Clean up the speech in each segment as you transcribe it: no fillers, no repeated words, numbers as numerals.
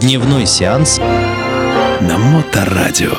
Дневной сеанс на Моторадио.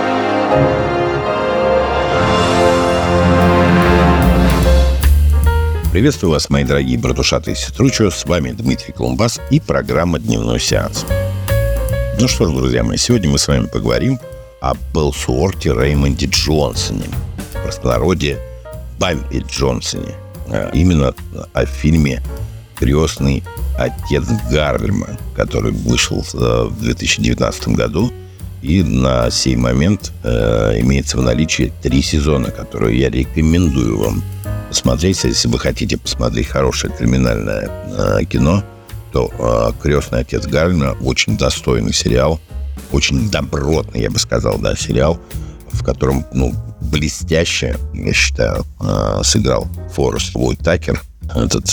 Приветствую вас, мои дорогие братушаты и сестручи. С вами Дмитрий Колумбас и программа «Дневной сеанс». Ну что ж, друзья мои, сегодня мы с вами поговорим об Элсуорте Реймонде Джонсоне, в простонародье Бампи Джонсоне. Именно о фильме «Крестный отец Гарлема», который вышел в 2019 году. И на сей момент имеется в наличии 3 сезона, которые я рекомендую вам посмотреть. Если вы хотите посмотреть хорошее криминальное кино, то «Крестный отец Гарлема» очень достойный сериал, очень добротный, я бы сказал, да, сериал, в котором, блестяще, я считаю, сыграл Форест Уитакер, этот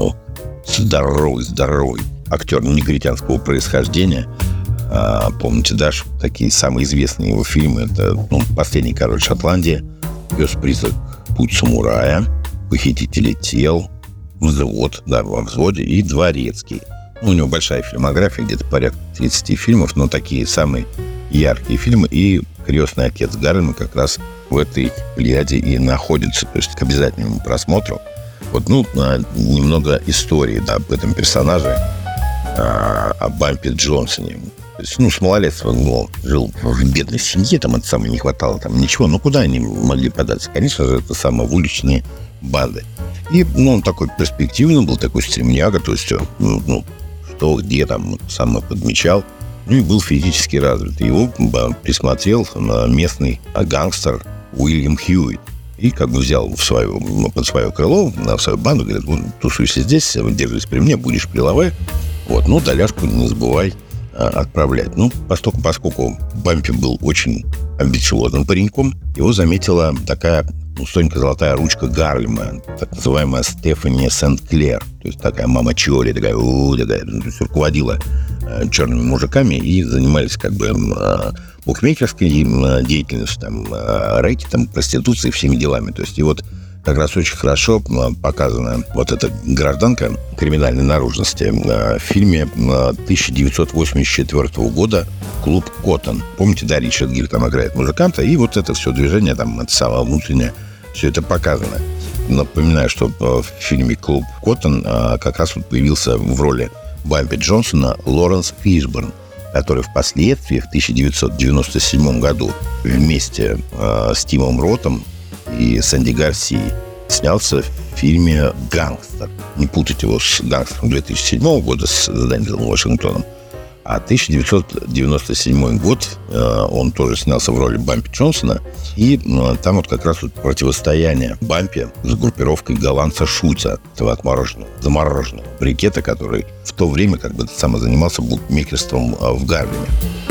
здоровый актер негритянского происхождения. Помните, да, такие самые известные его фильмы: это «Последний король Шотландии», «Пес-призрак», «Путь самурая», «Похитители тел», «Взвод», да, «Во взводе» и «Дворецкий». У него большая фильмография, где-то порядка 30 фильмов, но такие самые яркие фильмы. И «Крестный отец Гарлема» как раз в этой плеяде и находится, то есть к обязательному просмотру. Немного истории, да, об этом персонаже, о Бампи Джонсоне. То есть, с малолетства жил в бедной семье, там от самой не хватало там ничего. Но куда они могли податься? Конечно же, это самые уличные банды. И он такой перспективный был, такой стремняга, то есть, что, где там сам подмечал. И был физически развит. Его присмотрел местный гангстер Уильям Хьюитт. И взял под свое крыло, в свою банду, говорит: тусуйся здесь, держись при мне, будешь приловой. Доляшку не забывай отправлять. Поскольку Бампи был очень амбициозным пареньком, его заметила такая тоненькая золотая ручка Гарлема, так называемая Стефани Сент-Клер. То есть такая мама Чоли, такая, руководила черными мужиками и занимались букмекерской деятельностью, рейки, проституцией, всеми делами. То есть и как раз очень хорошо показана эта гражданка криминальной наружности в фильме 1984 года «Клуб Коттон». Помните, да, Ричард Гир там играет музыканта, и это все движение, это самое внутреннее, все это показано. Напоминаю, что в фильме «Клуб Коттон» как раз появился в роли Бампи Джонсона Лоренс Фишборн, который впоследствии в 1997 году вместе с Тимом Ротом и Сэнди Гарсией снялся в фильме «Гангстер». Не путать его с «Гангстером» 2007 года с Дензелом Вашингтоном. А 1997 год он тоже снялся в роли Бампи Джонсона. И там как раз противостояние Бампи с группировкой голландца Шульца, этого замороженного брикета, который в то время занимался букмекерством в Гарлеме.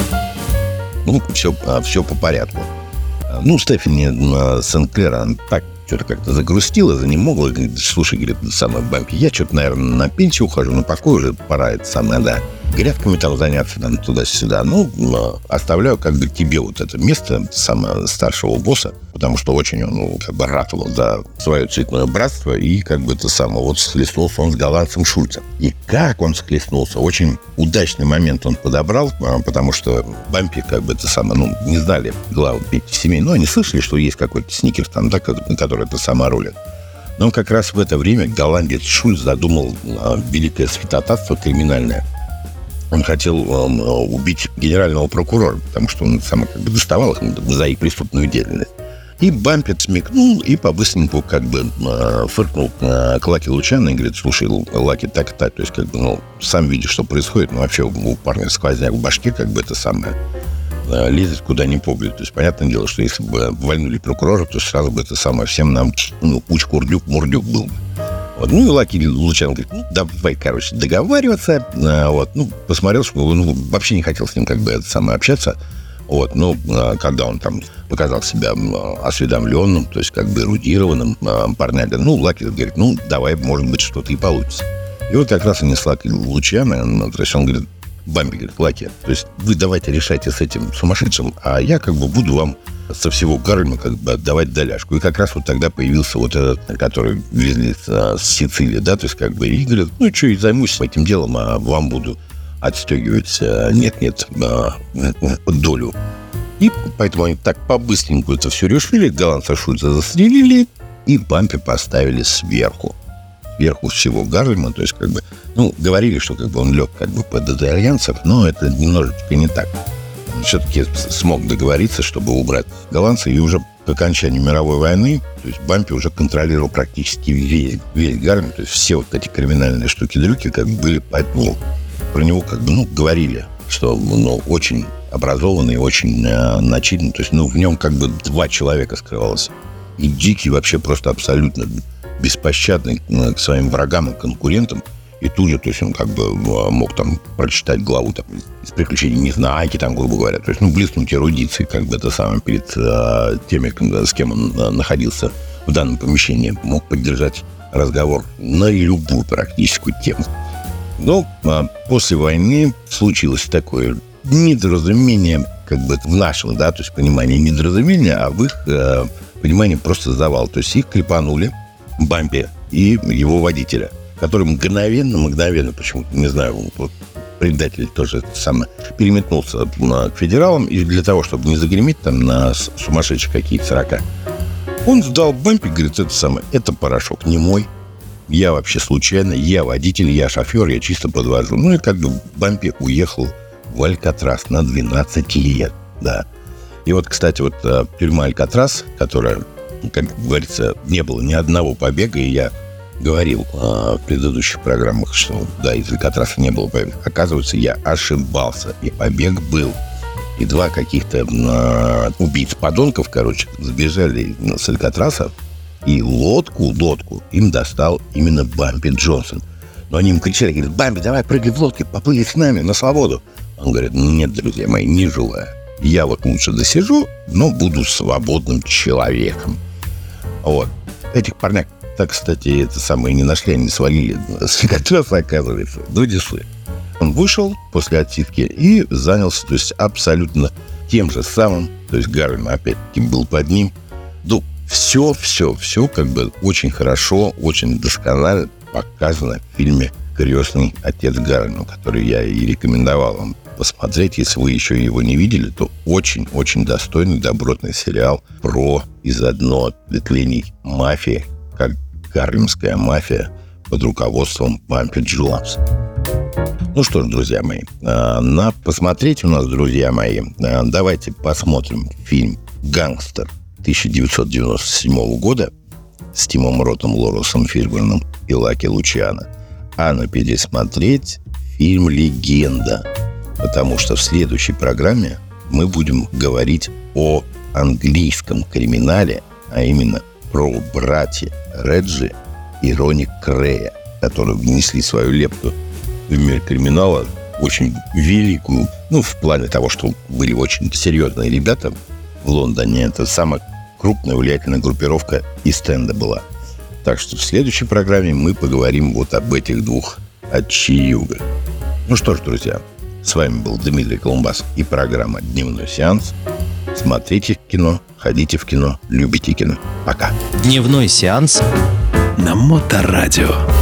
Все по порядку. Стефани Сент-Клер, она так что-то как-то загрустила, занемогла. Говорит: слушай, Бампи, я что-то, наверное, на пенсию ухожу, покой уже пора, грядками заняться, туда-сюда. Оставляю тебе это место старшего босса, потому что очень он ратовал за свое цветное братство, и схлестнулся он с голландцем Шульцем. И как он схлестнулся, очень удачный момент он подобрал, потому что Бампи не знали главы 5 семей, но они слышали, что есть какой-то сникерс который рулит. Но как раз в это время голландец Шульц задумал великое святотатство криминальное. Он хотел убить генерального прокурора, потому что он доставал их за их преступную деятельность. И Бампи смекнул и по-быстреньку фыркнул к Лаки Лучано и говорит: слушай, Лаки, так. То есть, сам видишь, что происходит, вообще у парня сквозняк в башке, лезет куда ни поглядит. То есть, понятное дело, что если бы вольнули прокурора, то сразу бы всем нам уч-курдюк-мурдюк был бы. И Лаки Лучано говорит: давай, договариваться. Посмотрел, что вообще не хотел с ним общаться. Когда он показал себя осведомленным, то есть эрудированным парнягой, Лаки говорит: давай, может быть, что-то и получится. И как раз они с Лаки Лучано, он говорит: Бампи, говорит: Лаки, то есть вы давайте решайте с этим сумасшедшим, а я буду вам со всего Гарлема отдавать доляшку. И как раз тогда появился этот, который везли с Сицилии, да, то есть и говорит: и займусь этим делом, а вам буду отстегивать долю. И поэтому они так по-быстреньку это все решили. Голландца Шульца застрелили и Бампи поставили сверху всего Гарлема. То есть, говорили, что он лег под итальянцев, но это немножечко не так. Он все-таки смог договориться, чтобы убрать голландца, и уже к окончанию мировой войны, то есть Бампи уже контролировал практически весь Гарлем, то есть все вот эти криминальные штуки-дрюки были, поэтому про него говорили, что очень образованный, очень начитанный, то есть в нем два человека скрывалось. И дикий, вообще просто абсолютно беспощадный к своим врагам и конкурентам. И тут же, то есть он мог прочитать главу из «Приключений Незнайки», грубо говоря. То есть, блеснуть эрудицией, это самое, перед теми, с кем он находился в данном помещении. Мог поддержать разговор на любую практическую тему. Но после войны случилось такое недоразумение, в нашем, то есть понимании недоразумения, а в их понимании просто завал. То есть их клепанули, Бампи и его водителя, который мгновенно, почему-то, не знаю, предатель тоже переметнулся к федералам, и для того, чтобы не загреметь на сумасшедших какие-то 40, он сдал Бампи, говорит, это порошок не мой, я вообще случайно, я водитель, я шофер, я чисто подвожу. И Бампи уехал в Алькатрас на 12 лет, да. И кстати, тюрьма Алькатрас, которая, как говорится, не было ни одного побега, и я говорил в предыдущих программах, что из Алькатраса не было побега. Оказывается, я ошибался, и побег был. И два каких-то убийц-подонков, сбежали с Алькатраса, и лодку им достал именно Бампи Джонсон. Но они им кричали, говорят: «Бампи, давай прыгай в лодке, поплыли с нами на свободу». Он говорит: «Нет, друзья мои, не желаю. Я лучше досижу, но буду свободным человеком». Этих парняк, кстати, не нашли, они свалили с Алькатраса, оказывается, до Десны. Он вышел после отсидки и занялся, то есть, абсолютно тем же самым, то есть Гарлем опять-таки был под ним. Все очень хорошо, очень досконально показано в фильме «Крестный отец Гарлема», который я и рекомендовал вам посмотреть. Если вы еще его не видели, то очень-очень достойный, добротный сериал про из одного ответвлений мафии, как гарлемская мафия под руководством Бампи Джонса. Что ж, друзья мои, посмотреть у нас, друзья мои, давайте посмотрим фильм «Гангстер» 1997 года с Тимом Ротом, Лоренсом Фишберном и Лаки Лучиано. А пересмотреть фильм «Легенда», потому что в следующей программе мы будем говорить о английском криминале, а именно про братьев Реджи и Ронни Крэя, которые внесли свою лепту в мир криминала, очень великую, в плане того, что были очень серьезные ребята в Лондоне. Это самая крупная влиятельная группировка Ист-Энда была. Так что в следующей программе мы поговорим об этих двух отчиюгах. Что ж, друзья, с вами был Дмитрий Колумбас и программа «Дневной сеанс». Смотрите кино, ходите в кино, любите кино. Пока. Дневной сеанс на Моторадио.